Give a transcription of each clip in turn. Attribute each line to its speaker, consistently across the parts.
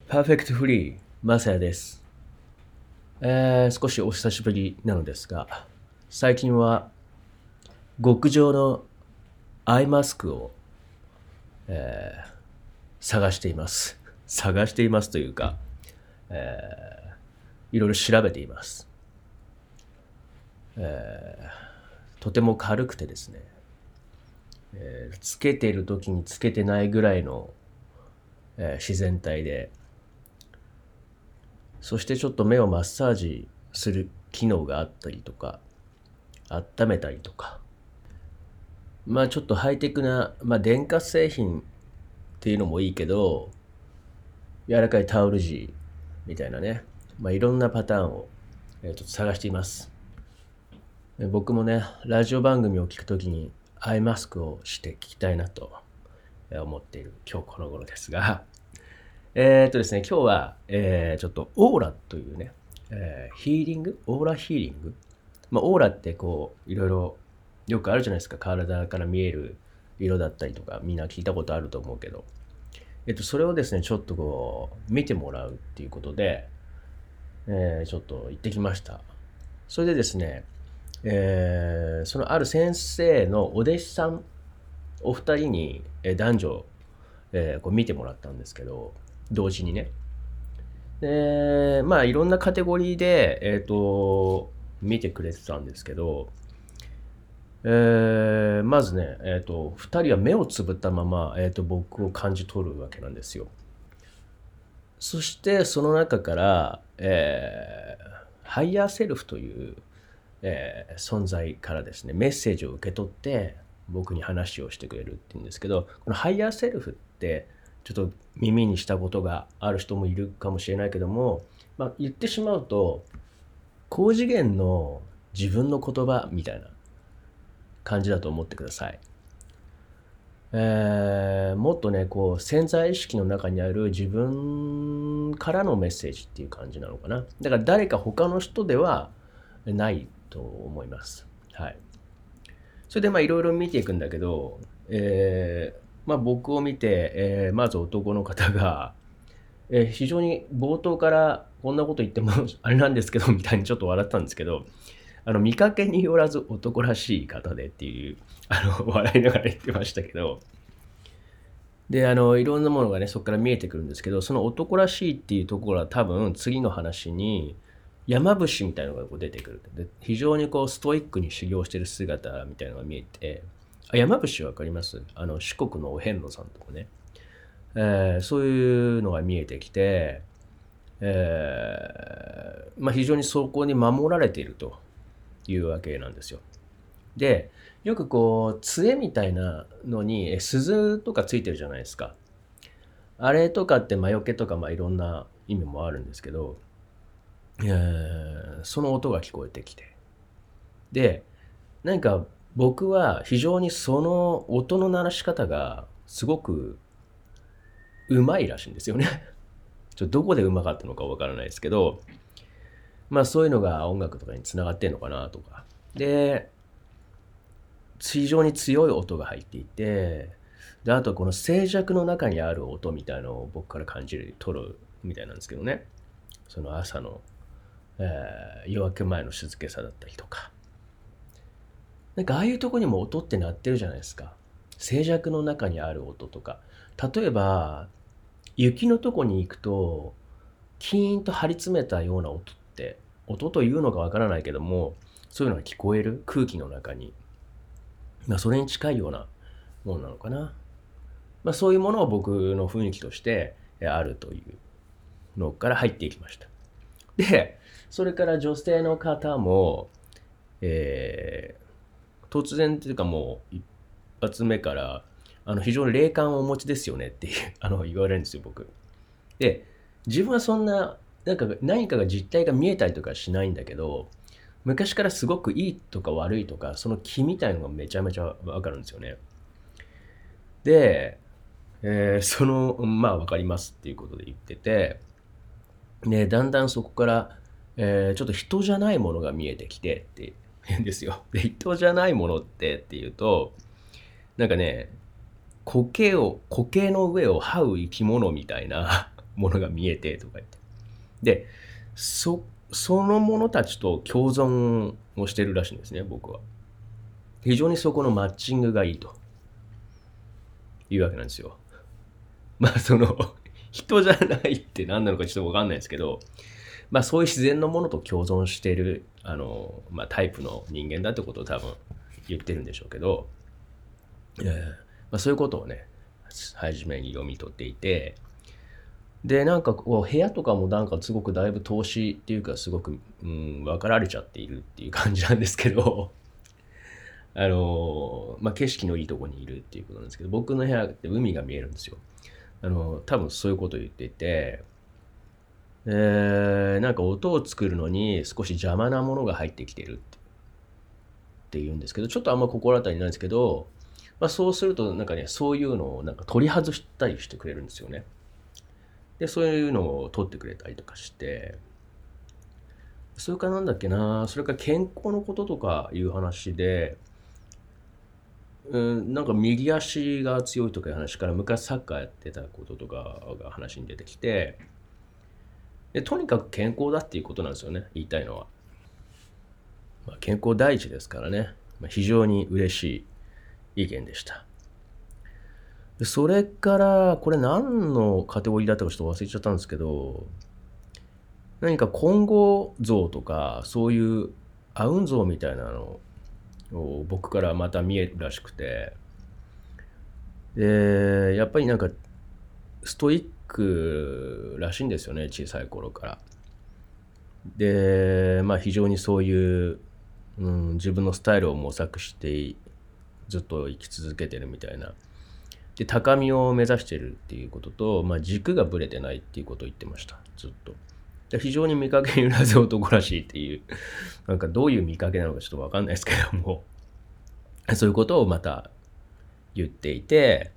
Speaker 1: パーフェクトフリー、マサヤです。少しお久しぶりなのですが、最近は極上のアイマスクを、探しています。探していますというか、いろいろ調べています。とても軽くてですね、つけている時につけてないぐらいの、自然体で、そしてちょっと目をマッサージする機能があったりとか、温めたりとか、ちょっとハイテクな、電化製品っていうのもいいけど、柔らかいタオル地みたいなね、いろんなパターンを、ちょっと探しています。僕もね、ラジオ番組を聞くときにアイマスクをして聞きたいなと思っている今日この頃ですが、ですね、今日は、ちょっとオーラというね、ヒーリング、オーラヒーリング。オーラってこう、いろいろよくあるじゃないですか。体から見える色だったりとか、みんな聞いたことあると思うけど。それをですね、ちょっとこう、見てもらうっていうことで、ちょっと行ってきました。それでですね、そのある先生のお弟子さん、お二人に、男女、こう見てもらったんですけど、同時にね。で、いろんなカテゴリーで、見てくれてたんですけど、まずね、2人は目をつぶったまま、僕を感じ取るわけなんですよ。そしてその中から、ハイヤーセルフという、存在からですね、メッセージを受け取って僕に話をしてくれるっていうんですけど、このハイヤーセルフってちょっと耳にしたことがある人もいるかもしれないけども、言ってしまうと高次元の自分の言葉みたいな感じだと思ってください。もっとね、こう潜在意識の中にある自分からのメッセージっていう感じなのかな。だから誰か他の人ではないと思います。はい。それでいろいろ見ていくんだけど、僕を見て、まず男の方が、非常に冒頭からこんなこと言ってもあれなんですけどみたいにちょっと笑ったんですけど、見かけによらず男らしい方でっていう笑いながら言ってましたけど、でいろんなものがねそこから見えてくるんですけど、その男らしいっていうところは多分次の話に山伏みたいなのがこう出てくる。で非常にこうストイックに修行してる姿みたいなのが見えて、山伏わかります？四国のお遍路さんとかね、そういうのが見えてきて、非常にそこに守られているというわけなんですよ。で、よくこう杖みたいなのに鈴とかついてるじゃないですか。あれとかって魔除けとかいろんな意味もあるんですけど、その音が聞こえてきて、でなんか僕は非常にその音の鳴らし方がすごくうまいらしいんですよね。どこでうまかったのかわからないですけど、そういうのが音楽とかにつながってんのかなとか。で非常に強い音が入っていて、であとこの静寂の中にある音みたいのを僕から感じる取るみたいなんですけどね。その朝の、夜明け前の静けさだったりとか、なんかああいうとこにも音って鳴ってるじゃないですか。静寂の中にある音とか、例えば雪のとこに行くとキーンと張り詰めたような音って、音というのかわからないけども、そういうのが聞こえる空気の中に、それに近いようなものなのかな。そういうものを僕の雰囲気としてあるというのから入っていきました。でそれから女性の方も、突然というかもう一発目から非常に霊感をお持ちですよねっていう言われるんですよ僕。で自分はそんな何かが実態が見えたりとかしないんだけど、昔からすごくいいとか悪いとかその気みたいのがめちゃめちゃ分かるんですよね。で、その分かりますっていうことで言ってて、でだんだんそこから、ちょっと人じゃないものが見えてきてって言うんですよ。で人じゃないものっていうと、なんかね苔の上を這う生き物みたいなものが見えてとか言って。で、そのものたちと共存をしてるらしいんですね、僕は。非常にそこのマッチングがいいというわけなんですよ。まあ人じゃないって何なのかちょっとわかんないですけど、まあそういう自然のものと共存しているタイプの人間だってことを多分言ってるんでしょうけど、そういうことをね初めに読み取っていて、でなんかこう部屋とかもなんかすごくだいぶ投資っていうかすごく、分かられちゃっているっていう感じなんですけど景色のいいとこにいるっていうことなんですけど、僕の部屋って海が見えるんですよ。多分そういうことを言っていて、なんか音を作るのに少し邪魔なものが入ってきてるって言うんですけど、ちょっとあんま心当たりないんですけど、そうするとなんかね、そういうのをなんか取り外したりしてくれるんですよね。でそういうのを取ってくれたりとかして、それからなんだっけな、それから健康のこととかいう話で、なんか右足が強いとかいう話から昔サッカーやってたこととかが話に出てきて、でとにかく健康だっていうことなんですよね、言いたいのは。健康第一ですからね、非常に嬉しい意見でした。でそれからこれ何のカテゴリーだったかちょっと忘れちゃったんですけど、何か今後像とかそういうアウン像みたいなのを僕からまた見えるらしくて、でやっぱりなんかストイックらしいんですよね、小さい頃から。で非常にそういう、自分のスタイルを模索してずっと生き続けてるみたいな。で高みを目指してるっていうことと、軸がぶれてないっていうことを言ってました、ずっと。で非常に見かけにうなず男らしいっていう、なんかどういう見かけなのかちょっと分かんないですけども、そういうことをまた言っていて、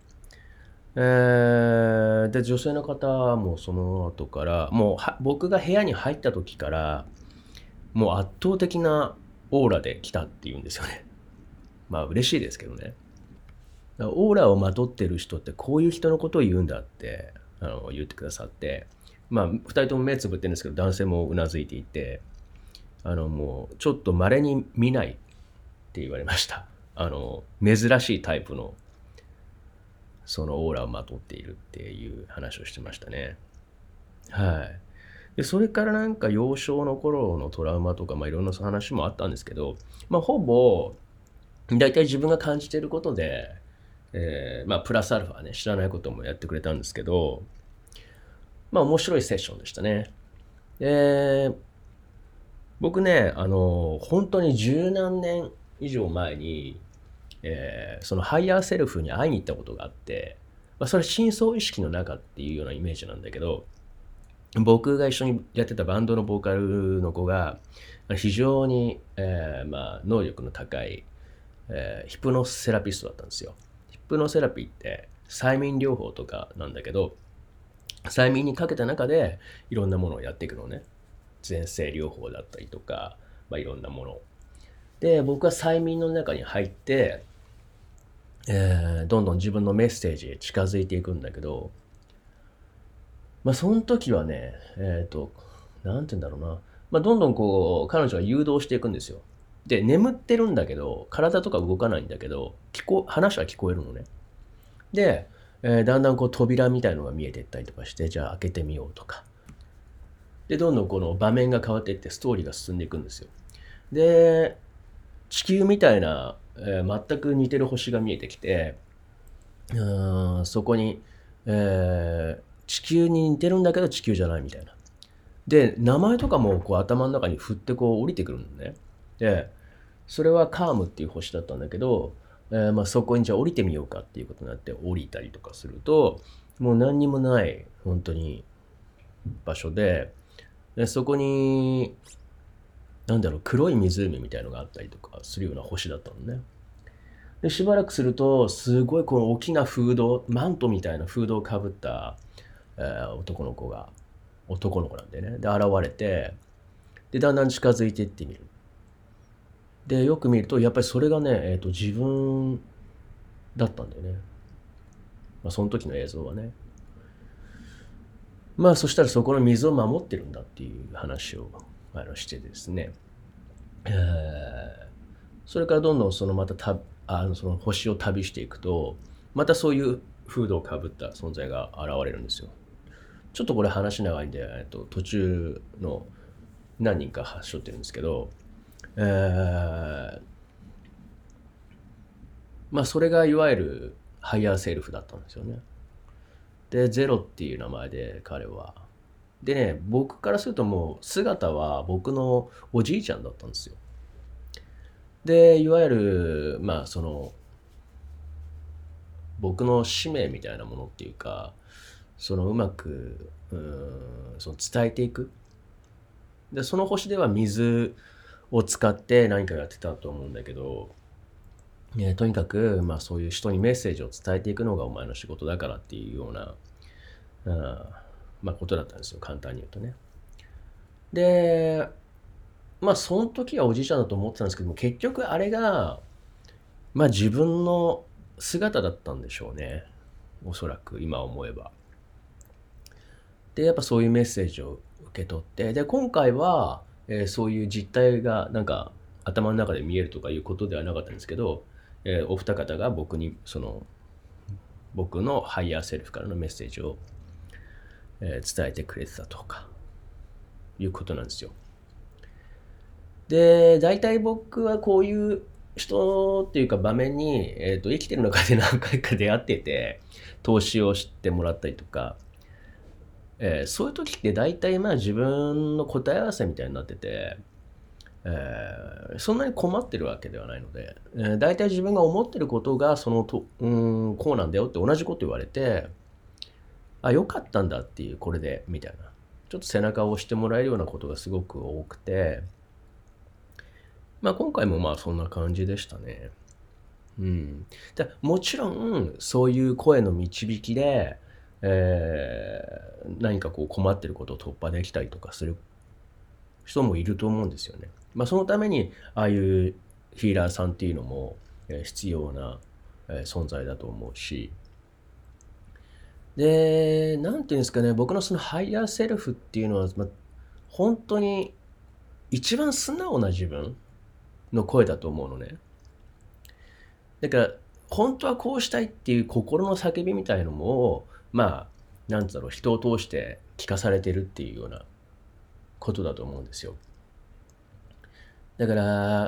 Speaker 1: で女性の方もその後からもう僕が部屋に入った時からもう圧倒的なオーラで来たっていうんですよね。嬉しいですけどね。オーラをまとってる人ってこういう人のことを言うんだって言ってくださって、2人とも目つぶってるんですけど男性もうなずいていて、もうちょっと稀に見ないって言われました。珍しいタイプのそのオーラをまとっているっていう話をしてましたね。はい。でそれからなんか幼少の頃のトラウマとかいろんな話もあったんですけど、ほぼ大体自分が感じていることで、プラスアルファね、知らないこともやってくれたんですけど、面白いセッションでしたね。僕ね、本当に十何年以上前に、そのハイヤーセルフに会いに行ったことがあって、それ深層意識の中っていうようなイメージなんだけど、僕が一緒にやってたバンドのボーカルの子が非常に、能力の高い、ヒプノセラピストだったんですよ。ヒプノセラピーって催眠療法とかなんだけど、催眠にかけた中でいろんなものをやっていくのね。前世療法だったりとか、いろんなもので、僕は催眠の中に入って、どんどん自分のメッセージへ近づいていくんだけど、その時はね、なんて言うんだろうな、どんどんこう彼女が誘導していくんですよ。で眠ってるんだけど体とか動かないんだけど話は聞こえるのね。で、だんだんこう扉みたいのが見えていったりとかして、じゃあ開けてみようとかで、どんどんこの場面が変わっていってストーリーが進んでいくんですよ。で地球みたいな、全く似てる星が見えてきて、そこに、地球に似てるんだけど地球じゃないみたいな。で名前とかもこう頭の中に振ってこう降りてくるのね。でそれはカームっていう星だったんだけど、そこにじゃあ降りてみようかっていうことになって降りたりとかすると、もう何にもない本当に場所で、そこに黒い湖みたいのがあったりとかするような星だったのね。でしばらくするとすごいこの大きなフードマントみたいなフードをかぶった、男の子なんでね、で現れて、でだんだん近づいていってみる。でよく見るとやっぱりそれがね、自分だったんだよね。その時の映像はね。 まあそしたらそこの水を守ってるんだっていう話をしてですね、それからどんどんそのまたその星を旅していくと、またそういうフードをかぶった存在が現れるんですよ。ちょっとこれ話長いんで、途中の何人か発しょってるんですけど、まあそれがいわゆるハイヤーセルフだったんですよね。で、ゼロっていう名前で彼は。でね、僕からするともう姿は僕のおじいちゃんだったんですよ。で、いわゆる、まあその、僕の使命みたいなものっていうか、そのうまく、その伝えていく。で、その星では水を使って何かやってたと思うんだけど、とにかく、まあそういう人にメッセージを伝えていくのがお前の仕事だからっていうような、まあことだったんですよ、簡単に言うとね。で、まあその時はおじいちゃんだと思ってたんですけども、結局あれが、まあ自分の姿だったんでしょうね。おそらく今思えば。で、やっぱそういうメッセージを受け取って、で、今回は、そういう実態がなんか頭の中で見えるとかいうことではなかったんですけど、お二方が僕にその僕のハイヤーセルフからのメッセージを、伝えてくれてたとかいうことなんですよ。で、大体僕はこういう人っていうか場面に、生きてる中で何回か出会ってて、投資をしてもらったりとか、そういう時って大体まあ自分の答え合わせみたいになってて、そんなに困ってるわけではないので、大体自分が思ってることがそのと、こうなんだよって同じこと言われて、あ、よかったんだっていう、これで、みたいな。ちょっと背中を押してもらえるようなことがすごく多くて、まあ今回もまあそんな感じでしたね。うん。もちろん、そういう声の導きで、何かこう困ってることを突破できたりとかする人もいると思うんですよね。まあそのために、ああいうヒーラーさんっていうのも、必要な、存在だと思うし、で、なんていうんですかね、僕のそのハイヤーセルフっていうのは、本当に一番素直な自分の声だと思うのね。だから、本当はこうしたいっていう心の叫びみたいのも、まあ、なんだろう、人を通して聞かされてるっていうようなことだと思うんですよ。だから、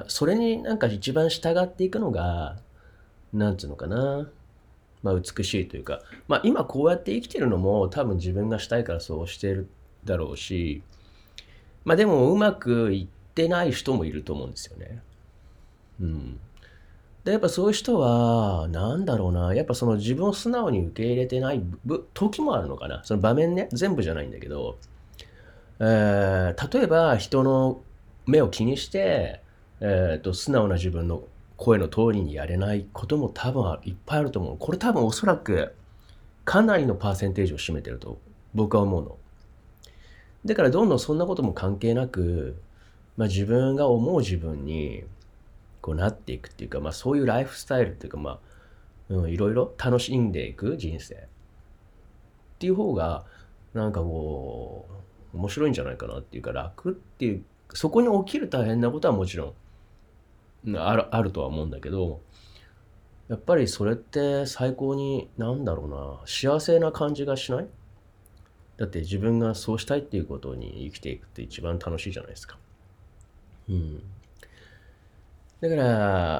Speaker 1: それになんか一番従っていくのが、なんつうのかな、まあ美しいというか、まあ今こうやって生きてるのも多分自分がしたいからそうしてるだろうし、まあでもうまくいってない人もいると思うんですよね。うん。で、やっぱそういう人は、なんだろうな、やっぱその自分を素直に受け入れてない時もあるのかな。その場面ね、全部じゃないんだけど、例えば人の目を気にして、素直な自分の声の通りにやれないことも多分いっぱいあると思う。これ多分おそらくかなりのパーセンテージを占めてると僕は思うの。だからどんどんそんなことも関係なく、まあ、自分が思う自分にこうなっていくっていうか、まあ、そういうライフスタイルっていうか、まあ、いろいろ楽しんでいく人生っていう方がなんかこう面白いんじゃないかなっていうか、楽っていう、そこに起きる大変なことはもちろんあるとは思うんだけど、やっぱりそれって最高になんだろうな、幸せな感じがしない？だって自分がそうしたいっていうことに生きていくって一番楽しいじゃないですか。うん。だから、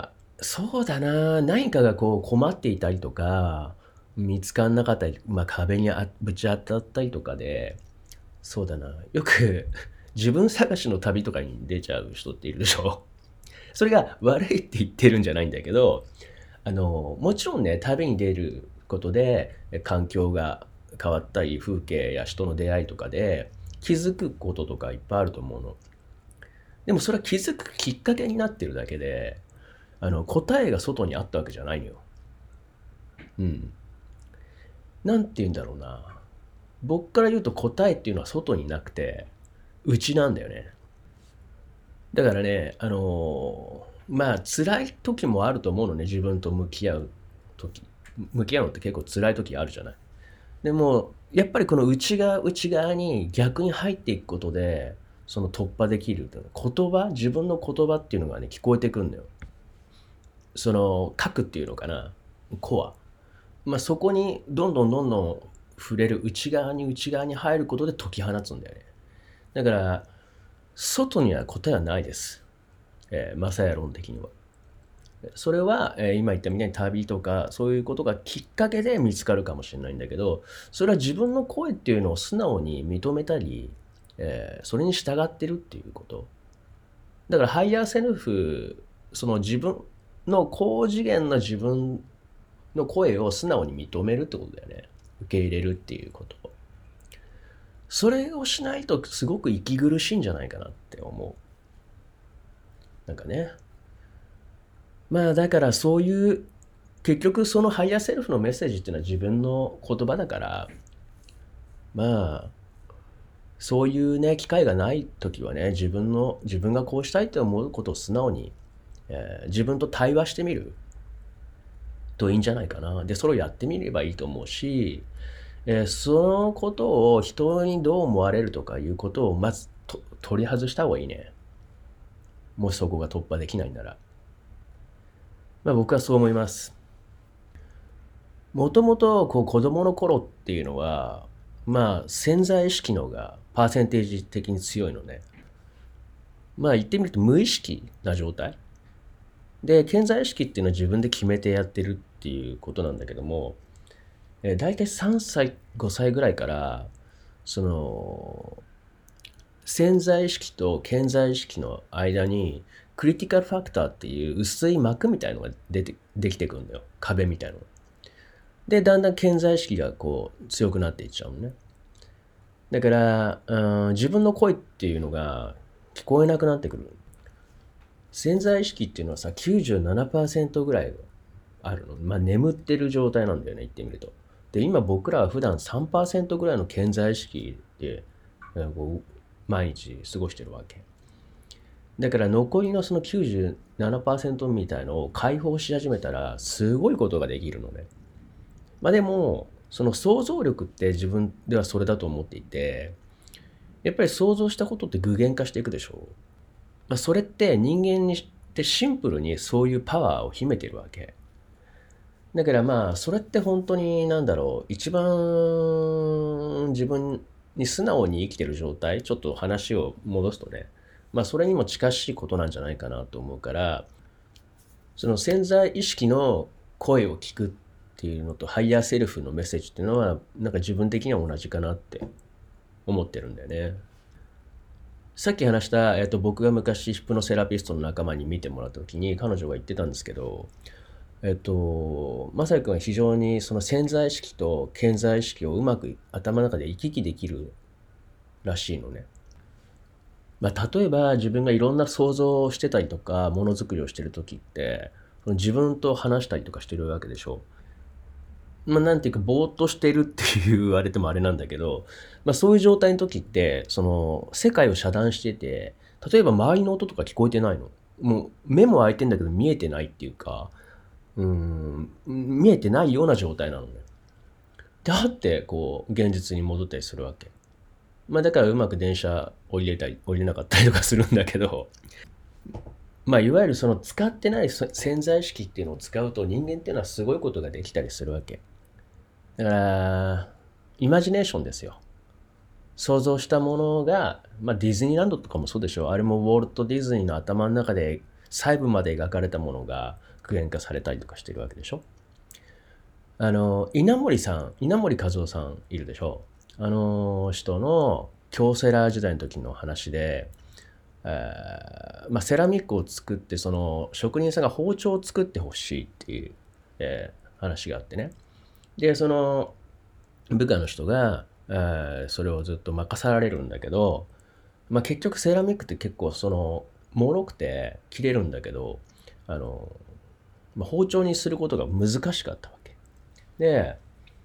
Speaker 1: そうだな、何かがこう困っていたりとか、見つかんなかったり、まあ壁にぶち当たったりとかで、そうだな、よく自分探しの旅とかに出ちゃう人っているでしょ。それが悪いって言ってるんじゃないんだけど、もちろんね、旅に出ることで環境が変わったり、風景や人の出会いとかで気づくこととかいっぱいあると思うの。でもそれは気づくきっかけになってるだけで、答えが外にあったわけじゃないのよ。うん。なんて言うんだろうな。僕から言うと答えっていうのは外になくて、うちなんだよね。だからね、まあ辛い時もあると思うのね、自分と向き合う時。向き合うのって結構辛い時あるじゃない。でも、 やっぱりこの内側に逆に入っていくことで、その突破できる言葉、自分の言葉っていうのがね、聞こえてくるんだよ。その核っていうのかな、コア。そこにどんどん触れる、内側に入ることで解き放つんだよね。だから外には答えはないです、マサヤ論的には。それは、今言ったみたいに旅とかそういうことがきっかけで見つかるかもしれないんだけど、それは自分の声っていうのを素直に認めたり、それに従ってるっていうこと。だからハイヤーセルフ、その自分の高次元の自分の声を素直に認めるってことだよね。受け入れるっていうこと。それをしないとすごく息苦しいんじゃないかなって思う。なんかね。だからそういう結局そのハイヤーセルフのメッセージっていうのは自分の言葉だから、そういうね機会がない時はね、自分がこうしたいって思うことを素直に、自分と対話してみるといいんじゃないかな。でそれをやってみればいいと思うし、そのことを人にどう思われるとかいうことをまず取り外した方がいいね。もしそこが突破できないなら。僕はそう思います。もともと子供の頃っていうのは、潜在意識の方がパーセンテージ的に強いのね。言ってみると無意識な状態。で、潜在意識っていうのは自分で決めてやってるっていうことなんだけども、大体3歳、5歳ぐらいから、その、潜在意識と潜在意識の間に、クリティカルファクターっていう薄い膜みたいのができてくるんだよ。壁みたいなの。で、だんだん潜在意識がこう強くなっていっちゃうのね。だから、自分の声っていうのが聞こえなくなってくる。潜在意識っていうのはさ、97% ぐらいあるの。眠ってる状態なんだよね、言ってみると。で、今僕らは普段3% ぐらいの潜在意識で、毎日過ごしてるわけ。だから残りのその97% みたいのを解放し始めたら、すごいことができるのね。でも、その想像力って自分ではそれだと思っていて、やっぱり想像したことって具現化していくでしょう。それって人間にしてシンプルにそういうパワーを秘めてるわけ。だからそれって本当に一番自分に素直に生きてる状態、ちょっと話を戻すとね、それにも近しいことなんじゃないかなと思うから、その潜在意識の声を聞くっていうのとハイヤーセルフのメッセージっていうのは自分的には同じかなって思ってるんだよね。さっき話した、僕が昔ヒプノセラピストの仲間に見てもらった時に彼女が言ってたんですけど、まさやくんは非常にその潜在意識と潜在意識をうまく頭の中で行き来できるらしいのね。例えば自分がいろんな想像をしてたりとかものづくりをしてる時って、自分と話したりとかしてるわけでしょ。なんていうかぼーっとしてるって言われてもあれなんだけど、そういう状態の時ってその世界を遮断してて、例えば周りの音とか聞こえてないの。もう目も開いてんだけど見えてないっていうか、見えてないような状態なのね。であってこう現実に戻ったりするわけ。だからうまく電車降りれたり降りれなかったりとかするんだけど、いわゆるその使ってない潜在意識っていうのを使うと人間っていうのはすごいことができたりするわけ。だからイマジネーションですよ。想像したものが、ディズニーランドとかもそうでしょう。あれもウォルト・ディズニーの頭の中で細部まで描かれたものが具現化されたりとかしてるわけでしょ。稲森和夫さんいるでしょ。あの人の京セラ時代の時の話で、セラミックを作ってその職人さんが包丁を作ってほしいっていう、話があってね。でその部下の人が、それをずっと任されるんだけど、結局セラミックって結構その脆くて切れるんだけど、包丁にすることが難しかったわけで、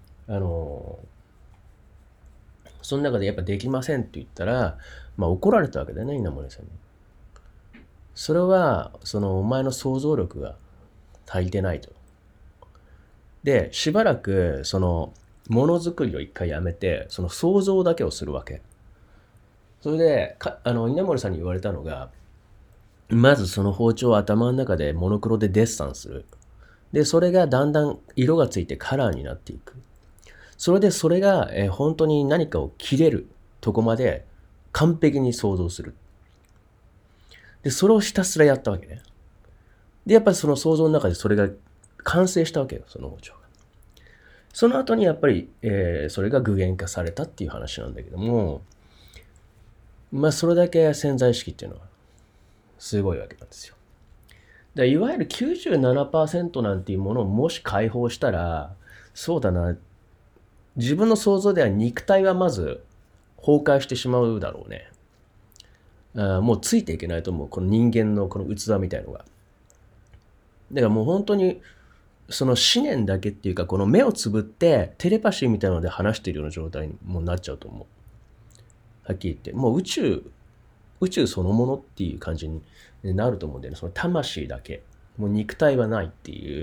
Speaker 1: その中でやっぱできませんって言ったら、怒られたわけだよね、稲森さんに。それはそのお前の想像力が足りてないと。でしばらくそのものづくりを一回やめて、その想像だけをするわけ。それで稲森さんに言われたのが、まずその包丁を頭の中でモノクロでデッサンする。で、それがだんだん色がついてカラーになっていく。それでそれが、本当に何かを切れるとこまで完璧に想像する。で、それをひたすらやったわけね。で、やっぱりその想像の中でそれが完成したわけよ、その包丁が。その後にやっぱり、それが具現化されたっていう話なんだけども、まあそれだけ潜在意識っていうのはすごいわけなんですよ。いわゆる 97% なんていうものをもし解放したら、そうだな、自分の想像では肉体はまず崩壊してしまうだろうね。もうついていけないと思う。この人間のこの器みたいのが。だからもう本当にその思念だけっていうか、この目をつぶってテレパシーみたいなので話しているような状態にもうなっちゃうと思う。はっきり言って。もう宇宙そのものっていう感じになると思うんだよね。その魂だけ。もう肉体はないっていう、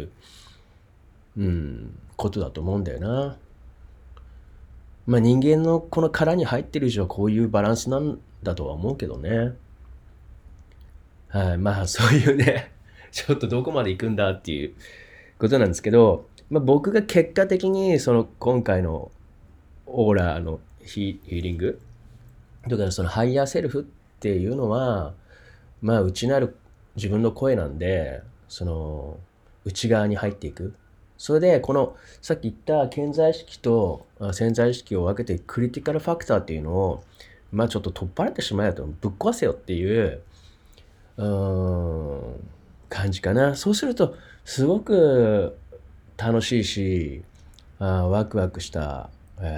Speaker 1: ことだと思うんだよな。まあ人間のこの殻に入ってる以上こういうバランスなんだとは思うけどね。はい。まあそういうね、ちょっとどこまで行くんだっていうことなんですけど、まあ僕が結果的にその今回のオーラのヒーリングとかそのハイヤーセルフっていうのは、まあ内なる自分の声なんで、その内側に入っていく。それでこのさっき言った潜在意識と潜在意識を分けてクリティカルファクターっていうのをまあちょっと取っ払ってしまえよと、ぶっ壊せよっていう感じかな。そうするとすごく楽しいし、ワクワクした、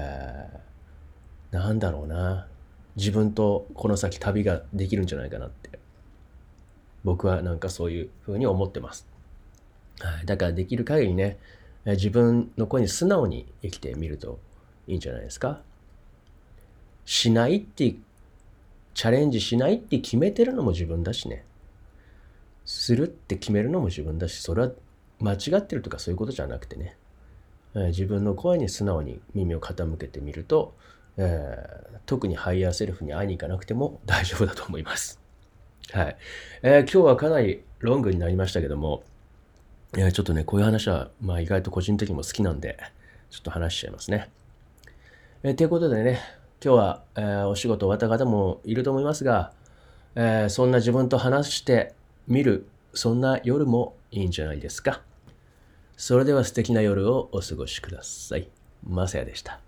Speaker 1: なんだろうな、自分とこの先旅ができるんじゃないかなって僕はなんかそういうふうに思ってます。だからできる限りね、自分の声に素直に生きてみるといいんじゃないですか。しないってチャレンジしないって決めてるのも自分だしね。するって決めるのも自分だし、それは間違ってるとかそういうことじゃなくてね、自分の声に素直に耳を傾けてみると、特にハイヤーセルフに会いに行かなくても大丈夫だと思います。はい。今日はかなりロングになりましたけども、ちょっとね、こういう話は、まあ意外と個人的にも好きなんで、ちょっと話しちゃいますね。ということでね、今日は、お仕事終わった方もいると思いますが、そんな自分と話してみる、そんな夜もいいんじゃないですか。それでは素敵な夜をお過ごしください。マサヤでした。